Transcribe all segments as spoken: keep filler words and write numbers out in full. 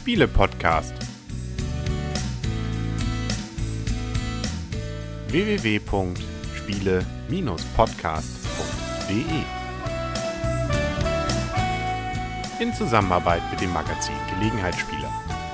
Spiele-Podcast. w w w punkt spiele Bindestrich podcast punkt d e in Zusammenarbeit mit dem Magazin Gelegenheitsspieler.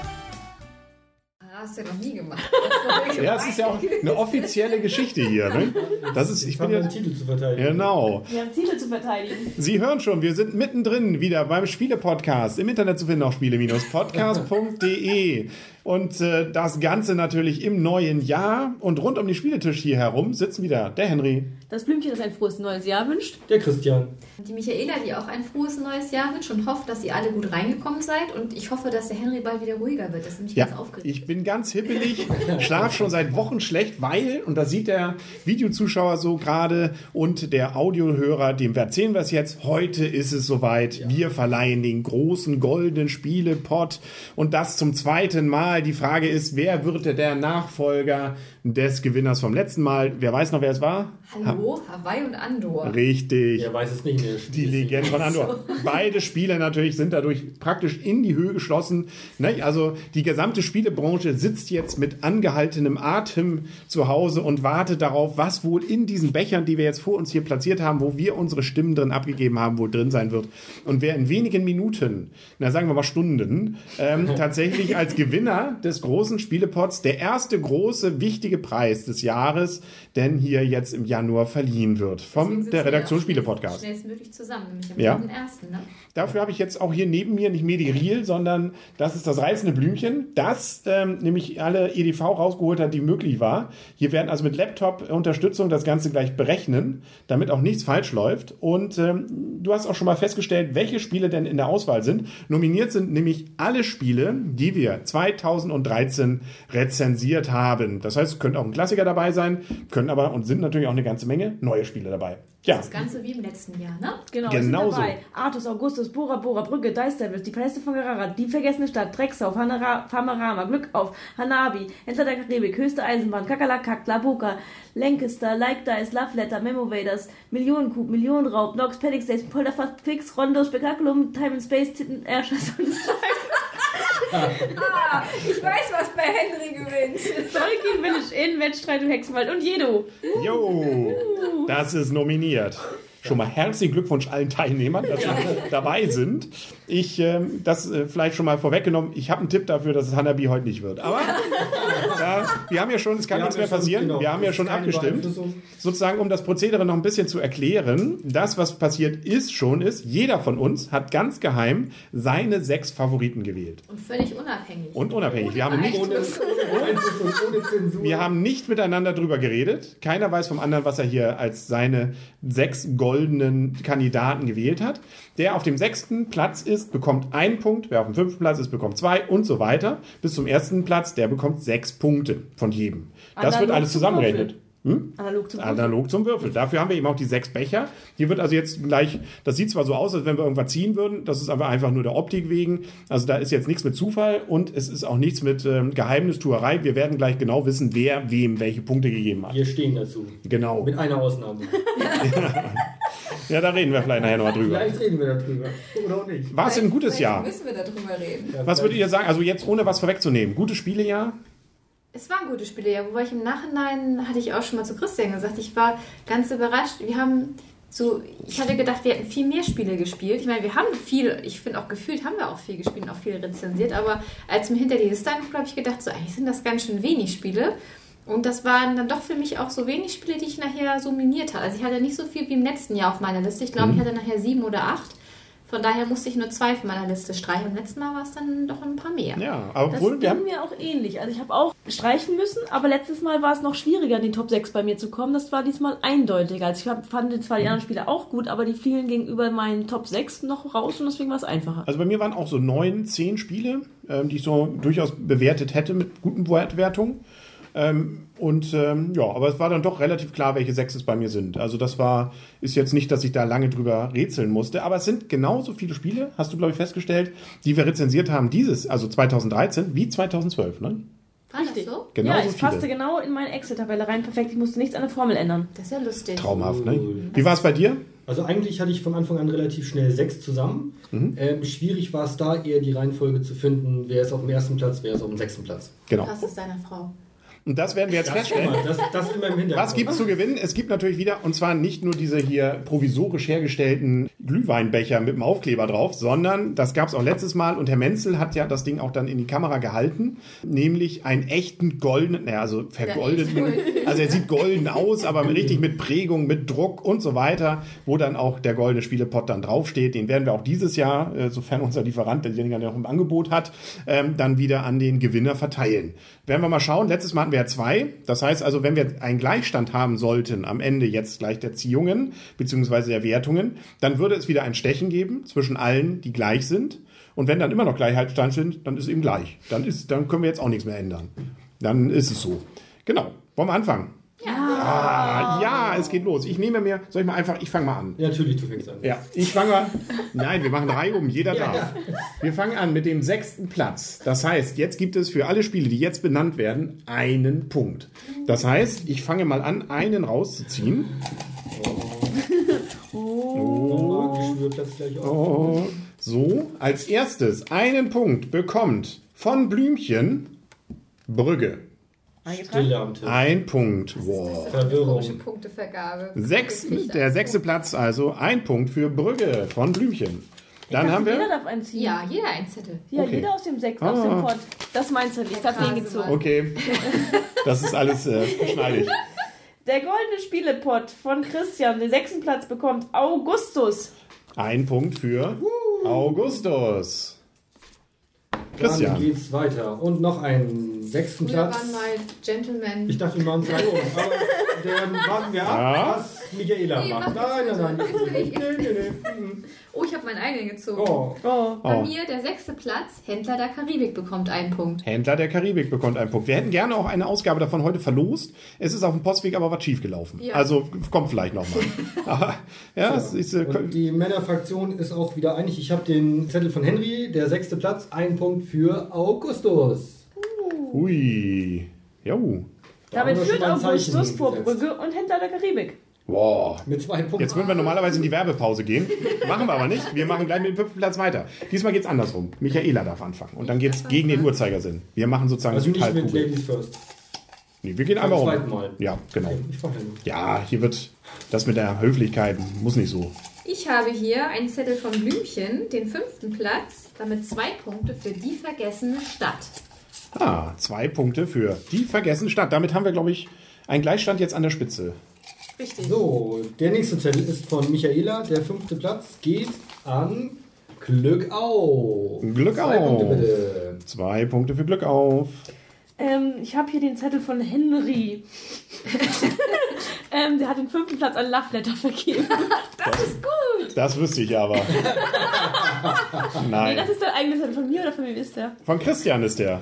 Hast du ja noch nie gemacht. Ja, es ist ja auch eine offizielle Geschichte hier. Ne? Das ist, ich bin ja, einen Titel zu verteidigen. Genau. Wir haben Titel zu verteidigen. Sie hören schon, wir sind mittendrin wieder beim Spiele-Podcast. Im Internet zu finden auf spiele Bindestrich podcast punkt d e. Und äh, das Ganze natürlich im neuen Jahr. Und rund um den Spieletisch hier herum sitzen wieder der Henry. Das Blümchen, das ein frohes neues Jahr wünscht. Der Christian. Die Michaela, die auch ein frohes neues Jahr wünscht und hofft, dass ihr alle gut reingekommen seid. Und ich hoffe, dass der Henry bald wieder ruhiger wird. Das ist nämlich Ja, ganz aufgeregt. ich bin ganz hippelig, schlaf schon seit Wochen schlecht, weil, und das sieht der Videozuschauer so gerade und der Audiohörer, dem erzählen wir es jetzt, heute ist es soweit. Ja. Wir verleihen den großen goldenen Spielepott und das zum zweiten Mal. Die Frage ist, wer wird der Nachfolger des Gewinners vom letzten Mal? Wer weiß noch, wer es war? Hallo, ha- Hawaii und Andor. Richtig. Er weiß es nicht mehr. Die Legende von Andor. Beide Spiele natürlich sind dadurch praktisch in die Höhe geschossen. Ne? Also die gesamte Spielebranche sitzt jetzt mit angehaltenem Atem zu Hause und wartet darauf, was wohl in diesen Bechern, die wir jetzt vor uns hier platziert haben, wo wir unsere Stimmen drin abgegeben haben, wohl drin sein wird. Und wer in wenigen Minuten, na sagen wir mal Stunden, ähm, tatsächlich als Gewinner des großen Spielepots der erste große, wichtige Preis des Jahres, denn hier jetzt im Januar verliehen wird von der Redaktion Spiele-Podcast. Schnellstmöglich zusammen, nämlich am Ja. vierten ersten. Ne? Dafür habe ich jetzt auch hier neben mir nicht Mediriel, sondern das ist das reizende Blümchen, das ähm, nämlich alle E D V rausgeholt hat, die möglich war. Hier werden also mit Laptop-Unterstützung das Ganze gleich berechnen, damit auch nichts falsch läuft. Und ähm, du hast auch schon mal festgestellt, welche Spiele denn in der Auswahl sind. Nominiert sind nämlich alle Spiele, die wir zweitausenddreizehn rezensiert haben. Das heißt, es könnte auch ein Klassiker dabei sein, können aber und sind natürlich auch eine ganze Menge neue Spiele dabei. Ja. Das Ganze wie im letzten Jahr, ne? Genau, Genau es sind dabei so. Artus, Augustus, Bora, Bora, Brücke, Dice Devils, die Paläste von Carrara, die vergessene Stadt, Drecksauf, Hanara, Famarama, Glück auf, Hanabi, Händler der Karibik, Höchste Eisenbahn, Kakalakak, Laboka, Lancaster, Like Dice, Love Letter, Memo Vaders, Millionencoup, Millionenraub, Nox, Panic States, Polterfast, Fix, Rondo, Spektakulum, Time and Space, Titten, Erschass und Ah, ich weiß, was bei Henry gewinnt. Tolkien Village Inn, Wettstreit im Hexenwald und Jedo. Jo, das ist nominiert. Schon mal herzlichen Glückwunsch allen Teilnehmern, dass sie dabei sind. Ich, ähm, das äh, vielleicht schon mal vorweggenommen, ich habe einen Tipp dafür, dass es Hanabi heute nicht wird. Aber ja, wir haben ja schon, es kann Wir nichts haben mehr ja schon, passieren, genau, wir haben ja schon keine abgestimmt. Beeinflussung. Sozusagen, um das Prozedere noch ein bisschen zu erklären, das, was passiert ist, schon ist, jeder von uns hat ganz geheim seine sechs Favoriten gewählt. Und völlig unabhängig. Und unabhängig. Wir haben nicht Ohne, ohne Einfluss und ohne Zensur. Wir haben nicht miteinander drüber geredet. Keiner weiß vom anderen, was er hier als seine sechs goldenen Kandidaten gewählt hat. Der auf dem sechsten Platz ist, bekommt einen Punkt. Wer auf dem fünften Platz ist, bekommt zwei und so weiter. Bis zum ersten Platz, der bekommt sechs Punkte von jedem. Das Analog wird alles zum zusammengerechnet. Hm? Analog zum Analog zum Würfel. Dafür haben wir eben auch die sechs Becher. Hier wird also jetzt gleich, das sieht zwar so aus, als wenn wir irgendwas ziehen würden, das ist aber einfach nur der Optik wegen. Also da ist jetzt nichts mit Zufall und es ist auch nichts mit ähm, Geheimnistuerei. Wir werden gleich genau wissen, wer wem welche Punkte gegeben hat. Wir stehen dazu. Genau. Mit einer Ausnahme. Ja, da reden wir vielleicht nachher noch drüber. Vielleicht reden wir darüber. Oder auch nicht. War es ein gutes Vielleicht Jahr? müssen wir darüber reden. Ja, Was würdet ihr sagen? Also jetzt ohne was vorwegzunehmen. Gutes Spielejahr? Es waren gute Spiele, ja. Wobei ich im Nachhinein, hatte ich auch schon mal zu Christian gesagt, ich war ganz überrascht. Wir haben so, ich hatte gedacht, wir hätten viel mehr Spiele gespielt. Ich meine, wir haben viel, ich finde auch gefühlt, haben wir auch viel gespielt und auch viel rezensiert. Aber als mir hinter die Liste angeguckt habe, ich gedacht, so eigentlich sind das ganz schön wenig Spiele. Und das waren dann doch für mich auch so wenig Spiele, die ich nachher so miniert habe. Also ich hatte nicht so viel wie im letzten Jahr auf meiner Liste. Ich glaube, Mhm. ich hatte nachher sieben oder acht. Von daher musste ich nur zwei von meiner Liste streichen. Im letzten Mal war es dann doch ein paar mehr. Ja, aber Das obwohl wir ging haben. mir auch ähnlich. Also ich habe auch streichen müssen, aber letztes Mal war es noch schwieriger, in die Top sechs bei mir zu kommen. Das war diesmal eindeutiger. Also ich hab, fand zwar die anderen Spiele auch gut, aber die fielen gegenüber meinen Top sechs noch raus und deswegen war es einfacher. Also bei mir waren auch so neun, zehn Spiele, ähm, die ich so durchaus bewertet hätte mit guten Wertwertungen. Ähm, und ähm, ja, aber es war dann doch relativ klar, welche sechs es bei mir sind. Also das war, ist jetzt nicht, dass ich da lange drüber rätseln musste, aber es sind genauso viele Spiele, hast du glaube ich festgestellt, die wir rezensiert haben dieses, also zweitausenddreizehn, wie zweitausendzwölf, ne? War das so? Genauso ja, es passte viele. genau in meine Excel-Tabelle rein. Perfekt, ich musste nichts an der Formel ändern. Das ist ja lustig. Traumhaft, ne? Wie war es bei dir? Also eigentlich hatte ich von Anfang an relativ schnell sechs zusammen. Mhm. Ähm, schwierig war es da eher die Reihenfolge zu finden, wer ist auf dem ersten Platz, wer ist auf dem sechsten Platz. Genau. Was ist deiner Frau? Und das werden wir jetzt Das, feststellen. das, das immer im Hintergrund. Was gibt es zu gewinnen? Es gibt natürlich wieder, und zwar nicht nur diese hier provisorisch hergestellten Glühweinbecher mit dem Aufkleber drauf, sondern das gab es auch letztes Mal und Herr Menzel hat ja das Ding auch dann in die Kamera gehalten, nämlich einen echten goldenen, naja, also vergoldeten, also er sieht golden aus, aber richtig mit Prägung, mit Druck und so weiter, wo dann auch der goldene Spielepot dann draufsteht. Den werden wir auch dieses Jahr, äh, sofern unser Lieferant den ja noch im Angebot hat, ähm, dann wieder an den Gewinner verteilen. Werden wir mal schauen. Letztes Mal hatten wir zwei. Das heißt also, wenn wir einen Gleichstand haben sollten, am Ende jetzt gleich der Ziehungen beziehungsweise der Wertungen, dann würde es wieder ein Stechen geben zwischen allen, die gleich sind. Und wenn dann immer noch Gleichheitsstand sind, dann ist es eben gleich. Dann, ist, dann können wir jetzt auch nichts mehr ändern. Dann ist es so. Genau. Wollen wir anfangen? Ja. Ah, ja, es geht los. Ich nehme mir, soll ich mal einfach, ich fange mal an. Ja, natürlich, du fängst an. Ja, ich fange mal. Nein, wir machen Reihe um, jeder Ja, darf. ja. Wir fangen an mit dem sechsten Platz. Das heißt, jetzt gibt es für alle Spiele, die jetzt benannt werden, einen Punkt. Das heißt, ich fange mal an, einen rauszuziehen. Oh. Magengeschwür gleich auf. Oh. So, als erstes einen Punkt bekommt von Blümchen Brügge. Eingetragen? Stille am Tisch. Ein Punkt. Wow. Verwirrung. Komische Punktevergabe. Sechs, Wirklich der also. sechste Platz also, ein Punkt für Brügge von Blümchen. Dann Ich haben dachte, Jeder wir... darf einen ziehen. Ja, jeder ein Zettel. Ja, Okay. jeder aus dem Sechs, Ah. aus dem Pott. Das meinst du, ich habe den Krase, gezogen. Mann. Okay, das ist alles äh, schneidig. Der goldene Spielepott von Christian, den sechsten Platz, bekommt Augustus. Ein Punkt für Augustus. Christian. Dann geht's weiter. Und noch einen sechsten Wir Platz. waren mal Gentlemen. Ich dachte, wir machen drei Uhr. Aber dann warten wir ab, Ja. was Michaela Nee, macht. mach Nein, jetzt nein, nein. bitte. Jetzt Nee, will ich- nee, nee. Mhm. Oh, ich habe meinen eigenen gezogen. Oh. Oh. Bei Oh. mir der sechste Platz, Händler der Karibik bekommt einen Punkt. Händler der Karibik bekommt einen Punkt. Wir hätten gerne auch eine Ausgabe davon heute verlost. Es ist auf dem Postweg aber was schiefgelaufen. Ja. Also kommt vielleicht nochmal. Aber ja, es ist, äh, Und die Männerfraktion ist auch wieder einig. Ich habe den Zettel von Henry, der sechste Platz, ein Punkt für Augustus. ui. Jo. Da haben Damit wir führt schon mal ein Zeichen Augustus vor gesetzt. Brügge und Händler der Karibik. Wow. Mit zwei Punkten. Jetzt würden wir normalerweise in die Werbepause gehen. Machen wir aber nicht. Wir machen gleich mit dem fünften Platz weiter. Diesmal geht es andersrum. Michaela darf anfangen. Und dann geht es gegen den Uhrzeigersinn. Wir machen sozusagen also nicht mit Halbkugel. Ladies First. Nee, wir gehen Beim einfach zweiten um. Mal. Ja, genau. Okay, ich vorher nur. Ja, hier wird das mit der Höflichkeit muss nicht so. Ich habe hier einen Zettel von Blümchen, den fünften Platz, damit zwei Punkte für die vergessene Stadt. Ah, zwei Punkte für die vergessene Stadt. Damit haben wir, glaube ich, einen Gleichstand jetzt an der Spitze. Richtig. So, der nächste Zettel ist von Michaela. Der fünfte Platz geht an Glück auf. Glück Zwei auf. Punkte bitte. Zwei Punkte für Glück auf. Ähm, ich habe hier den Zettel von Henry. ähm, der hat den fünften Platz an Love Letter vergeben. Das ist gut. Das wüsste ich aber. Nee, Nein. das ist der eigene Zettel von mir oder von wem ist der? Von Christian ist der.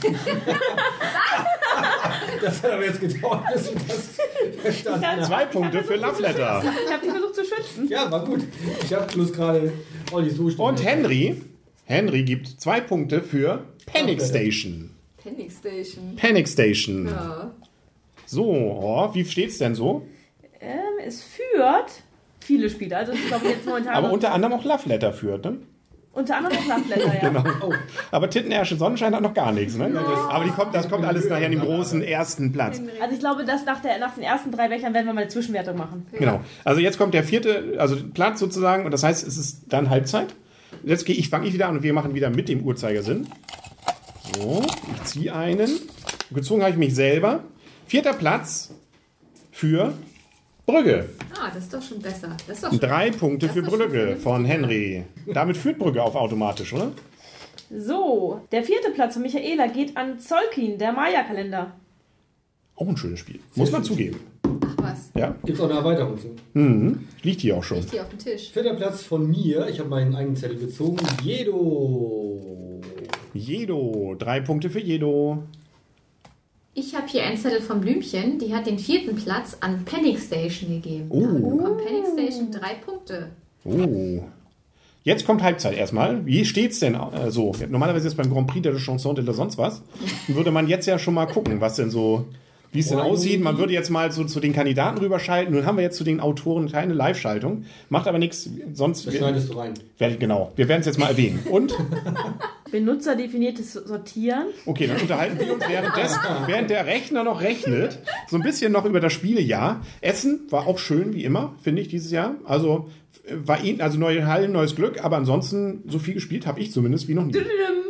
Das hat aber jetzt gedauert, bis du das verstanden hast. Zwei Punkte für Love Letter. Ich habe dich versucht zu schützen. Ja, war gut. Ich habe bloß gerade Olli so stehen. Und Henry, Henry gibt zwei Punkte für Panic Station. Panic Station. Panic Station. Ja. So, oh, wie steht's denn so? Ähm, es führt viele Spiele. Also ich glaube jetzt momentan Aber noch- unter anderem auch Love Letter führt, ne? unter anderem auch Love Letter, ja. Genau. Oh, Aber Tittenersche Sonnenschein hat noch gar nichts, ne? Aber die kommt, das kommt alles nachher in den großen ersten Platz. Also ich glaube, dass nach, der, nach den ersten drei Bechern werden wir mal eine Zwischenwertung machen. Genau. Also jetzt kommt der vierte, also Platz sozusagen, und das heißt, es ist dann Halbzeit. Jetzt gehe ich, fange ich wieder an und wir machen wieder mit dem Uhrzeigersinn. So, ich ziehe einen. Gezogen habe ich mich selber. Vierter Platz für Brügge. Ah, das ist doch schon besser. Das ist doch schon Drei Punkte Das für ist schon Brügge vernünftig. von Henry. Damit führt Brügge auf automatisch, oder? So, der vierte Platz von Michaela geht an Zolkin, der Maya-Kalender. Auch ein schönes Spiel. Muss man zugeben. Ach was. Ja. gibt es auch eine Erweiterung zu. Mhm. Liegt hier auch schon. Liegt hier auf dem Tisch. Vierter Platz von mir. Ich habe meinen eigenen Zettel gezogen. Jedo. Jedo. Drei Punkte für Jedo. Ich habe hier einen Zettel von Blümchen, die hat den vierten Platz an Panic Station gegeben. Oh. Damit bekommt Panic Station drei Punkte. Oh. Jetzt kommt Halbzeit erstmal. Wie steht's denn äh, so? Normalerweise ist beim Grand Prix de la Chanson de la sonst was. Würde man jetzt ja schon mal gucken, was denn so wie es denn Boah, aussieht. Man Junge. würde jetzt mal so zu den Kandidaten rüberschalten. Nun haben wir jetzt zu den Autoren keine Live-Schaltung. Macht aber nichts. Sonst Das schneidest du rein. werde ich, genau. Wir werden es jetzt mal erwähnen. Und? Benutzerdefiniertes Sortieren. Okay, dann unterhalten wir uns währenddessen, während der Rechner noch rechnet, so ein bisschen noch über das Spielejahr. Essen war auch schön, wie immer, finde ich, dieses Jahr. Also war ihn, also neue Hallen, neues Glück, aber ansonsten so viel gespielt habe ich zumindest wie noch nie.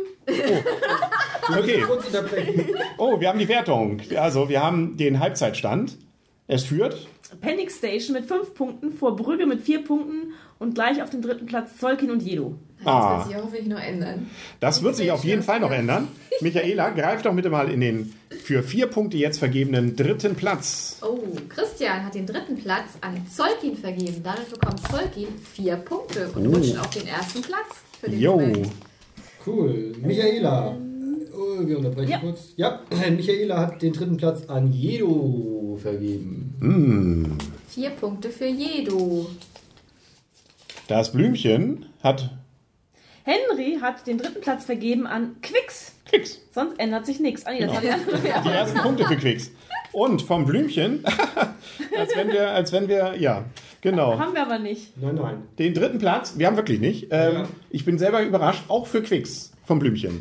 Okay. Kurz unterbrechen. Oh, wir haben die Wertung. Also wir haben den Halbzeitstand. Es führt. Panic Station mit fünf Punkten, vor Brügge mit vier Punkten und gleich auf dem dritten Platz Zolkin und Jedo. Das Ah. wird sich hoffentlich noch ändern. Das wird sich auf jeden Fall noch ändern. Michaela, greif doch bitte mal in den für vier Punkte jetzt vergebenen dritten Platz. Oh, Christian hat den dritten Platz an Zolkin vergeben. Damit bekommt Zolkin vier Punkte und Oh. rutscht auf den ersten Platz für den Jo. Moment. Cool. Michaela. Oh, wir unterbrechen Ja. kurz. Ja, Michaela hat den dritten Platz an Jedo vergeben. Mm. Vier Punkte für Jedo. Das Blümchen hat Henry hat den dritten Platz vergeben an Quicks. Quicks. Sonst ändert sich nichts. Ah, nee, das war die andere Die Wertung. ersten Punkte für Quicks. Und vom Blümchen, als wenn wir, als wenn wir, ja, genau. Haben wir aber nicht. Nein, nein. Den dritten Platz, wir haben wirklich nicht. Ähm, Ja. Ich bin selber überrascht, auch für Quicks vom Blümchen.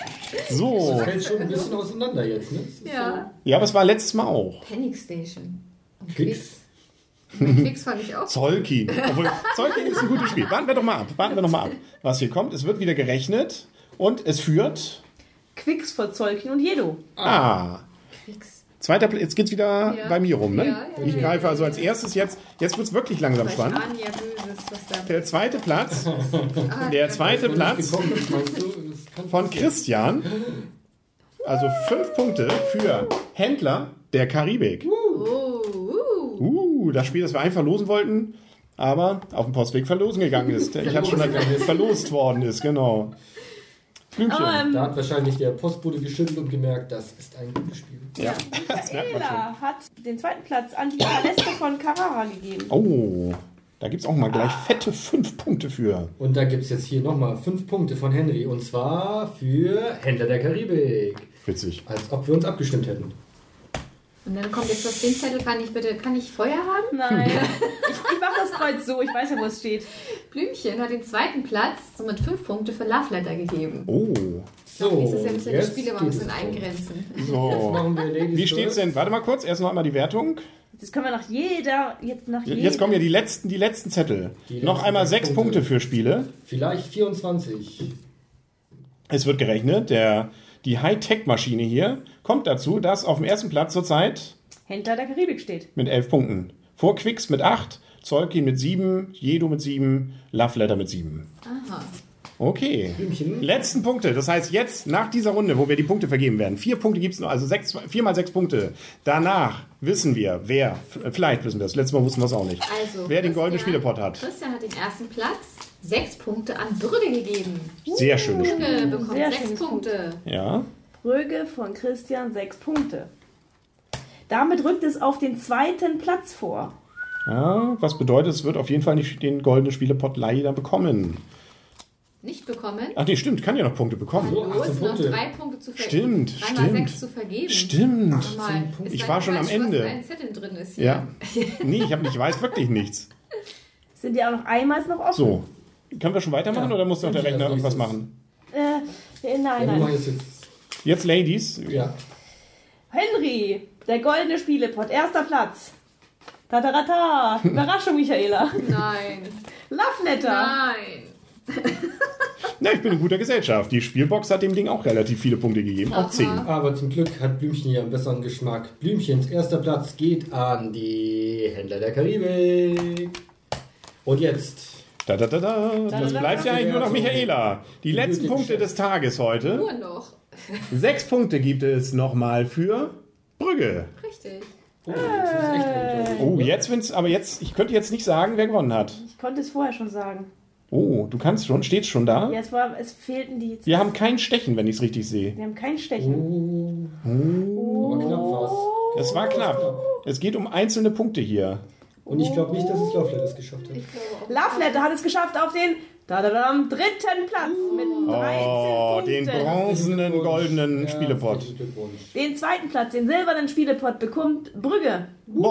So. Das fällt schon ein bisschen auseinander jetzt, ne? Das ist Ja. Ja, aber es war letztes Mal auch. Panic Station. Und Quicks. Quicks. Quicks fand ich auch. Zolkin. Obwohl, Zolkin ist ein gutes Spiel. Warten wir doch mal ab. Warten wir doch mal ab, was hier kommt. Es wird wieder gerechnet und es führt. Quicks vor Zolkin und Jedo. Ah. Quicks. Zweiter Platz. Jetzt geht's wieder Ja. bei mir rum, ne? Ja, ja, ich ja. greife also als erstes jetzt. Jetzt wird's wirklich langsam Vielleicht spannend. Anja Böses, was da. Der zweite Platz. Ah, Der zweite Wenn Platz nicht gekommen ist, meinst du, das kann von passieren. Christian. Also fünf Punkte für Händler der Karibik. Oh, uh. Uh, das Spiel, das wir eigentlich verlosen wollten, aber auf dem Postweg verlosen gegangen ist. Ich habe schon mal verlost worden ist, genau. Blümchen. Aber, ähm, Da hat wahrscheinlich der Postbote geschüttelt und gemerkt, das ist ein gutes Spiel. ja, das merkt man schon. Michaela hat den zweiten Platz an die Paläste von Carrara gegeben. Oh, da gibt es auch mal gleich fette fünf Punkte für. Und da gibt es jetzt hier nochmal fünf Punkte von Henry. Und zwar für Händler der Karibik. Witzig. Als ob wir uns abgestimmt hätten. Und dann kommt jetzt auf den Zettel, kann ich bitte, kann ich Feuer haben? Nein. Ich, ich mache das Kreuz so, ich weiß ja, wo es steht. Blümchen hat den zweiten Platz, somit fünf Punkte für Love Letter gegeben. Oh, So, Nächstes Jahr müssen wir die jetzt Spiele mal ein geht bisschen es drum. eingrenzen. Jetzt so. machen wir Ladies Wie steht's first. denn? Warte mal kurz, erst noch einmal die Wertung. Jetzt können wir nach jeder, jetzt nach jeder. Jetzt kommen ja die letzten, die letzten Zettel. Die Noch letzten einmal sechs sechs Punkte. Punkte für Spiele. Vielleicht vierundzwanzig. Es wird gerechnet. Der, die Hightech-Maschine hier kommt dazu, dass auf dem ersten Platz zurzeit Händler der Karibik steht. mit elf Punkten. Vor Quicks mit acht, Zolkin mit sieben, Jedo mit sieben, Love Letter mit sieben. Aha. Okay. Blümchen. Letzten Punkte. Das heißt, jetzt nach dieser Runde, wo wir die Punkte vergeben werden, vier Punkte gibt es noch, also sechs, vier mal sechs Punkte. Danach wissen wir, wer, f- vielleicht wissen wir das, letztes Mal wussten wir es auch nicht, Also, wer den goldenen Christian- Spielepot hat. Christian hat den ersten Platz, sechs Punkte an Brügge gegeben. Sehr schönes Spiel. Brügge bekommt Sehr sechs schönes Punkte. Ja. Brügge von Christian sechs Punkte. Damit rückt es auf den zweiten Platz vor. ja. Was bedeutet, es wird auf jeden Fall nicht den goldenen Spielepot leider bekommen. Nicht bekommen. Ach nee, stimmt, kann ja noch Punkte bekommen. Oh, Hallo, es achtzehn sind noch Punkte. drei Punkte zu vergeben. Stimmt, drei mal stimmt. sechs zu vergeben. Stimmt. Mal, Ich ist war ein schon am Quatsch, was Ende. in allen Zetteln drin ist hier. Ja. Nee, ich, hab, ich weiß wirklich nichts. Sind ja auch noch einmal noch offen. So. Können wir schon weitermachen Ja, oder muss noch der Blümchen Rechner als irgendwas nächstes. machen? Äh, äh, nein, Ja, wir nein. machen jetzt, jetzt. Jetzt Ladies. Ja. Henry, der goldene Spielepot, erster Platz. Tatarata. Überraschung, Michaela. Nein. Love Letter. Nein. Na, ich bin in guter Gesellschaft. Die Spielbox hat dem Ding auch relativ viele Punkte gegeben. Auch Aha. zehn. Aber zum Glück hat Blümchen hier einen besseren Geschmack. Blümchens erster Platz geht an die Händler der Karibik. Und jetzt Da, da, da, da. Das da, bleibt da. ja eigentlich nur noch Michaela. Die Die letzten gültigen Punkte Chefs. des Tages heute. Nur noch. Sechs Punkte gibt es nochmal für Brügge. Richtig. Oh, jetzt ist echt eng, glaub Oh, ich. jetzt, wenn's, aber jetzt, ich könnte jetzt nicht sagen, wer gewonnen hat. Ich konnte es vorher schon sagen. Oh, du kannst schon, steht's schon da? Ja, es, war, es fehlten die jetzt. Wir haben kein Stechen, wenn ich es richtig sehe. Wir haben kein Stechen. Oh, aber knapp war's. Das war knapp. Es geht um einzelne Punkte hier. Und ich glaube nicht, dass es Love Letters geschafft hat. Ich glaube auch. Love Letter hat es geschafft auf den Da, da, da, am dritten Platz mit dreizehn Oh, Punkten. den bronzenen, goldenen Ja, Spielepot. herzlichen Glückwunsch. Den zweiten Platz, den silbernen Spielepot, bekommt Brügge.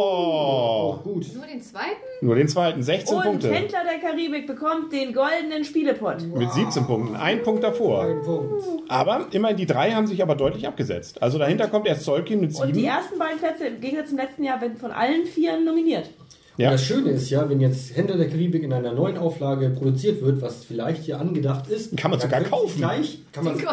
Boah. Gut. Nur den zweiten? Nur den zweiten, sechzehn Und Punkte. Händler der Karibik bekommt den goldenen Spielepot. Mit siebzehn Punkten. Ein Punkt davor. Ein Punkt. Aber immerhin die drei haben sich aber deutlich abgesetzt. Also dahinter kommt erst Zolkin mit Und die sieben. ersten beiden Plätze im Gegensatz zum letzten Jahr werden von allen Vieren nominiert. Ja. Und das Schöne ist ja, wenn jetzt Händler der Karibik in einer neuen Auflage produziert wird, was vielleicht hier angedacht ist, Kann man dann sogar können Sie kaufen. Gleich, kann man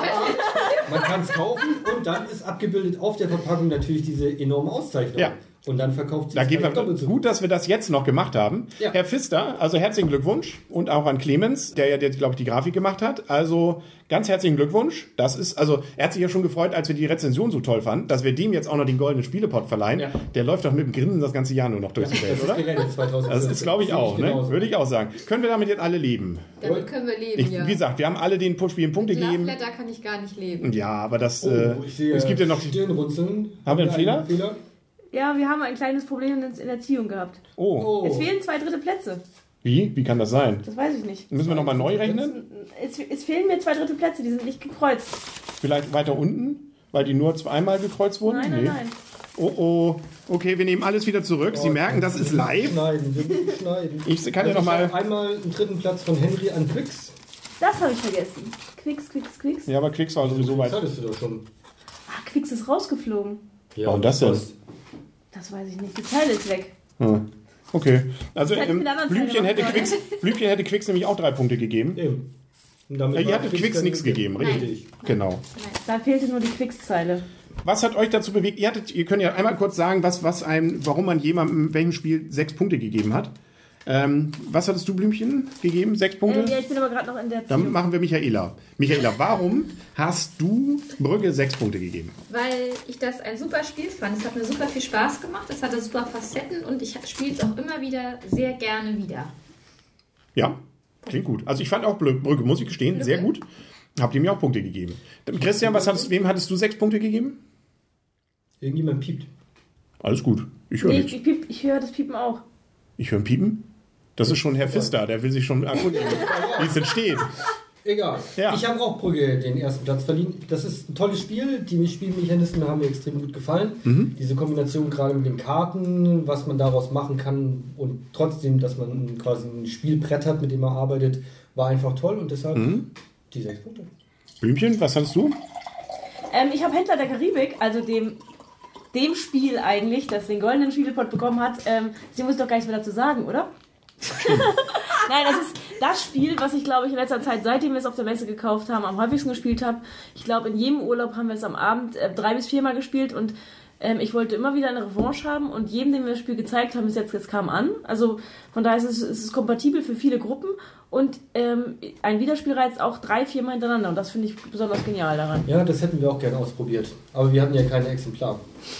man kann es kaufen und dann ist abgebildet auf der Verpackung natürlich diese enorme Auszeichnung. Ja. Und dann verkauft sie Da es geht gleich wir, doppelt so gut, dass wir das jetzt noch gemacht haben. Ja. Herr Pfister, also herzlichen Glückwunsch und auch an Clemens, der ja jetzt, glaube ich, die Grafik gemacht hat. Also ganz herzlichen Glückwunsch. Das ist, also er hat sich ja schon gefreut, als wir die Rezension so toll fanden, dass wir dem jetzt auch noch den goldenen Spielepot verleihen. Ja. Der läuft doch mit dem Grinsen das ganze Jahr nur noch durch die Welt, Das oder? ist gerettet zwanzig vierzehn. Das ist, glaube ich, Sehe auch, ne? genauso. Würde ich auch sagen. Können wir damit jetzt alle leben? Damit können wir leben, Ich, ja. Wie gesagt, wir haben alle den Spielen Punkte gegeben. Love Letter kann ich gar nicht leben. Ja, aber das, Oh, äh, ich sehe es gibt ja noch die, Stirnrunzeln. Haben wir einen Fehler? Fehler? Ja, wir haben ein kleines Problem in in der Erziehung gehabt. oh, Oh. Es fehlen zwei dritte Plätze. wie? Wie kann das sein? Das weiß ich nicht. Müssen wir nochmal neu rechnen? Es, es fehlen mir zwei dritte Plätze, die sind nicht gekreuzt. Vielleicht weiter unten? Weil die nur zweimal gekreuzt wurden? Nein, nein, nein. Oh, oh. Okay, wir nehmen alles wieder zurück. Sie merken, das ist live. Schneiden, wir müssen schneiden. Ich kann ja Also noch mal- ich habe einmal einen dritten Platz von Henry an Quicks. Das habe ich vergessen. Quicks, Quicks, Quicks. Ja, aber Quicks war sowieso Das weit. hattest du doch schon. Ah, Quicks ist rausgeflogen. Ja, Warum das denn? passt. Das weiß ich nicht. Die Zeile ist weg. Hm. Okay. Also Das hätte ich ähm, mit anderen Blümchen, Zeilen hätte machen Quicks, Blümchen hätte Quicks nämlich auch drei Punkte gegeben. Eben. Und damit Ja, ihr war hattet Quicks dann- nichts gegeben, Richtig. Genau. Da fehlte nur die Quicks-Zeile. Was hat euch dazu bewegt? Ihr, hattet, ihr könnt ja einmal kurz sagen, was, was einem, warum man jemandem welchem Spiel sechs Punkte gegeben hat. Ähm, was hattest du, Blümchen, gegeben? Sechs Punkte? Äh, ja, ich bin aber gerade noch in der Dann Erziehung. machen wir Michaela. Michaela, warum hast du Brügge sechs Punkte gegeben? Weil ich das ein super Spiel fand. Es hat mir super viel Spaß gemacht. Es hatte super Facetten und ich spiele es auch immer wieder sehr gerne wieder. Ja, klingt gut. Also ich fand auch Blö- Brügge, muss ich gestehen, Brügge. sehr gut. Habt ihr mir auch Punkte gegeben. Christian, was hattest, wem hattest du sechs Punkte gegeben? Irgendjemand piept. Alles gut. Ich höre Nee, nichts. ich, ich, piep- ich höre das Piepen auch. Ich höre ein Piepen. Das ist schon Herr Pfister, der will sich schon erkundigen, wie es denn steht. Egal. Ja. Ich habe auch Brügge den ersten Platz verliehen. Das ist ein tolles Spiel. Die Spielmechanismen haben mir extrem gut gefallen. Mhm. Diese Kombination gerade mit den Karten, was man daraus machen kann und trotzdem, dass man quasi ein Spielbrett hat, mit dem man arbeitet, war einfach toll und deshalb Mhm. die sechs Punkte. Blümchen, was hattest du? Ähm, ich habe Händler der Karibik, also dem, dem Spiel eigentlich, das den goldenen Spielepot bekommen hat. Ähm, Sie muss doch gar nichts mehr dazu sagen, oder? Nein, das ist das Spiel, was ich glaube ich in letzter Zeit, seitdem wir es auf der Messe gekauft haben, am häufigsten gespielt habe. Ich glaube, in jedem Urlaub haben wir es am Abend äh, drei bis viermal gespielt und ähm, ich wollte immer wieder eine Revanche haben und jedem, dem wir das Spiel gezeigt haben, bis jetzt, jetzt kam an. Also von daher ist es, es ist kompatibel für viele Gruppen und ähm, ein Wiederspielreiz auch drei, viermal hintereinander und das finde ich besonders genial daran. Ja, das hätten wir auch gerne ausprobiert. Aber wir hatten ja keine Exemplare.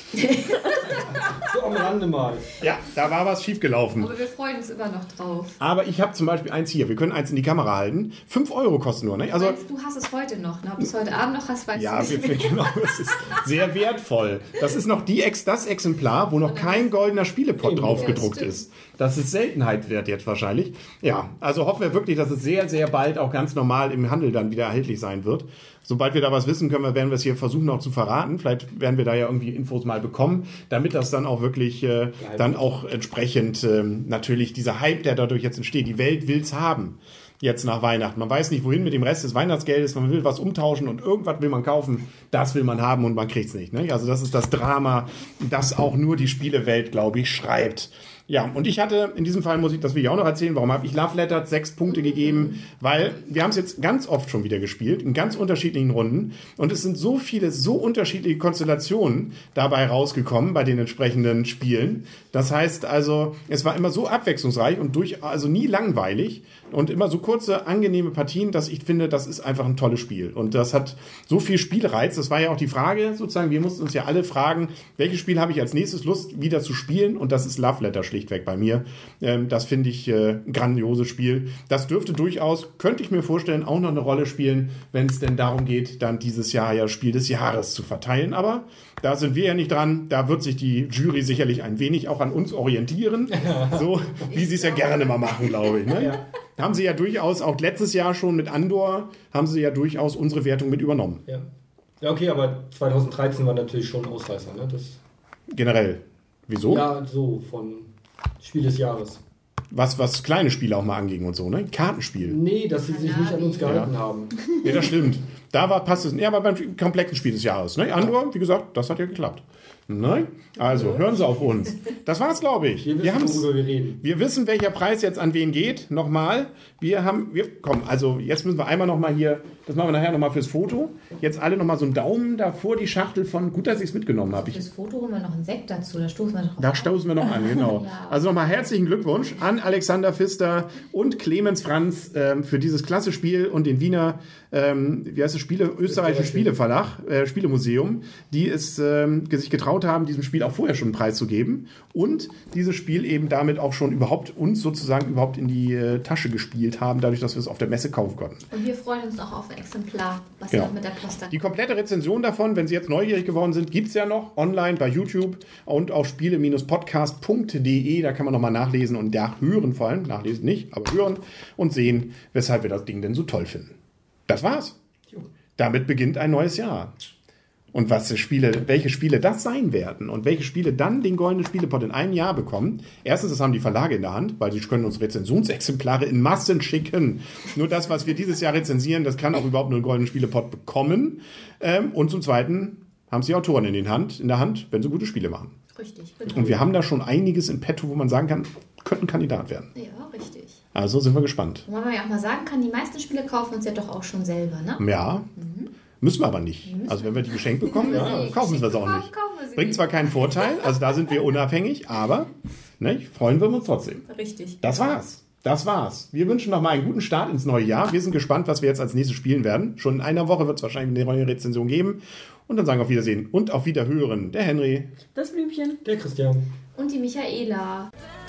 So am Rande mal. Ja, da war was schiefgelaufen. Aber wir freuen uns immer noch drauf. Aber ich habe zum Beispiel eins hier. Wir können eins in die Kamera halten. Fünf Euro kosten nur, ne? Also, Meinst, du hast es heute noch, ne? Ob du es heute Abend noch hast, weißt ja, du wir, nicht. wir, genau, das ist sehr wertvoll. Das ist noch die Ex, das Exemplar, wo noch kein goldener Spielepot Eben. drauf Ja, gedruckt stimmt. ist. Das ist Seltenheit wert jetzt wahrscheinlich. Ja, also hoffen wir wirklich, dass es sehr, sehr bald auch ganz normal im Handel dann wieder erhältlich sein wird. Sobald wir da was wissen, können wir, werden wir es hier versuchen auch zu verraten. Vielleicht werden wir da ja irgendwie Infos mal bekommen, damit das dann auch wirklich äh, dann auch entsprechend ähm, natürlich dieser Hype, der dadurch jetzt entsteht. Die Welt will's haben. Jetzt nach Weihnachten. Man weiß nicht, wohin mit dem Rest des Weihnachtsgeldes. Man will was umtauschen und irgendwas will man kaufen. Das will man haben und man kriegt's nicht. Ne? Also das ist das Drama, das auch nur die Spielewelt, glaube ich, schreibt. Ja, und ich hatte, in diesem Fall muss ich, das will ich auch noch erzählen, warum habe ich Love Letter sechs Punkte gegeben? Weil wir haben es jetzt ganz oft schon wieder gespielt, in ganz unterschiedlichen Runden. Und es sind so viele, so unterschiedliche Konstellationen dabei rausgekommen bei den entsprechenden Spielen. Das heißt also, es war immer so abwechslungsreich und durch, also nie langweilig und immer so kurze, angenehme Partien, dass ich finde, das ist einfach ein tolles Spiel. Und das hat so viel Spielreiz. Das war ja auch die Frage, sozusagen, wir mussten uns ja alle fragen, welches Spiel habe ich als nächstes Lust wieder zu spielen? Und das ist Love Letter schlichtweg bei mir. Ähm, das finde ich äh, ein grandioses Spiel. Das dürfte durchaus, könnte ich mir vorstellen, auch noch eine Rolle spielen, wenn es denn darum geht, dann dieses Jahr ja Spiel des Jahres zu verteilen. Aber da sind wir ja nicht dran. Da wird sich die Jury sicherlich ein wenig auch an uns orientieren. So, wie sie es ja gerne mal machen, glaube ich. Ne? Ja. haben sie ja durchaus, auch letztes Jahr schon mit Andor, haben sie ja durchaus unsere Wertung mit übernommen. Ja, ja okay, aber zwanzig dreizehn war natürlich schon ein Ausreißer, ne? Das, generell. Wieso? ja, so von Spiel des Jahres. Was, was kleine Spiele auch mal anging und so, ne? Kartenspiel. Nee, dass sie sich nicht an uns gehalten Ja. haben. Nee, das stimmt. Da war, passt es. Ja, aber beim kompletten Spiel des Jahres. Ne? Andor, wie gesagt, das hat ja geklappt. Ne? Also, hören Sie auf uns. Das war's, glaube ich. Wir Wir, wissen, haben's, worüber wir reden. wir wissen, welcher Preis jetzt an wen geht. Nochmal. Wir haben, wir, komm, also jetzt müssen wir einmal nochmal hier, das machen wir nachher nochmal fürs Foto. Jetzt alle nochmal so einen Daumen davor, die Schachtel von, gut, dass ich es mitgenommen habe. Ich, Fürs Foto holen wir noch einen Sekt dazu, da stoßen wir drauf. da stoßen wir noch an, genau. Ja. Also nochmal herzlichen Glückwunsch an Alexander Pfister und Clemens Franz ähm, für dieses klasse Spiel und den Wiener, ähm, wie heißt es, Spiele, österreichischen Spieleverlag, äh, Spielemuseum, die es ähm, sich getraut haben, diesem Spiel auch vorher schon einen Preis zu geben und dieses Spiel eben damit auch schon überhaupt uns sozusagen überhaupt in die äh, Tasche gespielt haben, dadurch, dass wir es auf der Messe kaufen konnten. Und wir freuen uns auch auf ein Exemplar, was Genau. noch mit der Post dann Die komplette Rezension davon, wenn Sie jetzt neugierig geworden sind, gibt es ja noch online bei YouTube und auf spiele Podcast punkt de. Da kann man nochmal nachlesen und da hören vor allem, nachlesen nicht, aber hören und sehen, weshalb wir das Ding denn so toll finden. Das war's. Damit beginnt ein neues Jahr. Und was für Spiele, welche Spiele das sein werden und welche Spiele dann den goldenen Spielepot in einem Jahr bekommen. Erstens, das haben die Verlage in der Hand, weil sie können uns Rezensionsexemplare in Massen schicken. Nur das, was wir dieses Jahr rezensieren, das kann auch überhaupt nur einen goldenen Spielepot bekommen. Ähm, und zum Zweiten haben sie Autoren in, den Hand, in der Hand, wenn sie gute Spiele machen. Richtig, genau. Und wir haben da schon einiges in petto, wo man sagen kann, könnte ein Kandidat werden. Ja, richtig. Also sind wir gespannt. Und man ja auch mal sagen kann, die meisten Spiele kaufen uns ja doch auch schon selber, ne? Ja, müssen wir aber nicht. Also wenn wir die geschenkt bekommen, Wenn wir ja, sie kaufen wir es auch geschenkt nicht. bekommen, kaufen wir sie Bringt nicht. zwar keinen Vorteil, also da sind wir unabhängig, aber ne, freuen wir uns trotzdem. Richtig. Das war's. Das war's. Wir wünschen noch mal einen guten Start ins neue Jahr. Wir sind gespannt, was wir jetzt als nächstes spielen werden. Schon in einer Woche wird es wahrscheinlich eine neue Rezension geben. Und dann sagen wir auf Wiedersehen und auf Wiederhören. Der Henry. Das Blümchen. Der Christian. Und die Michaela.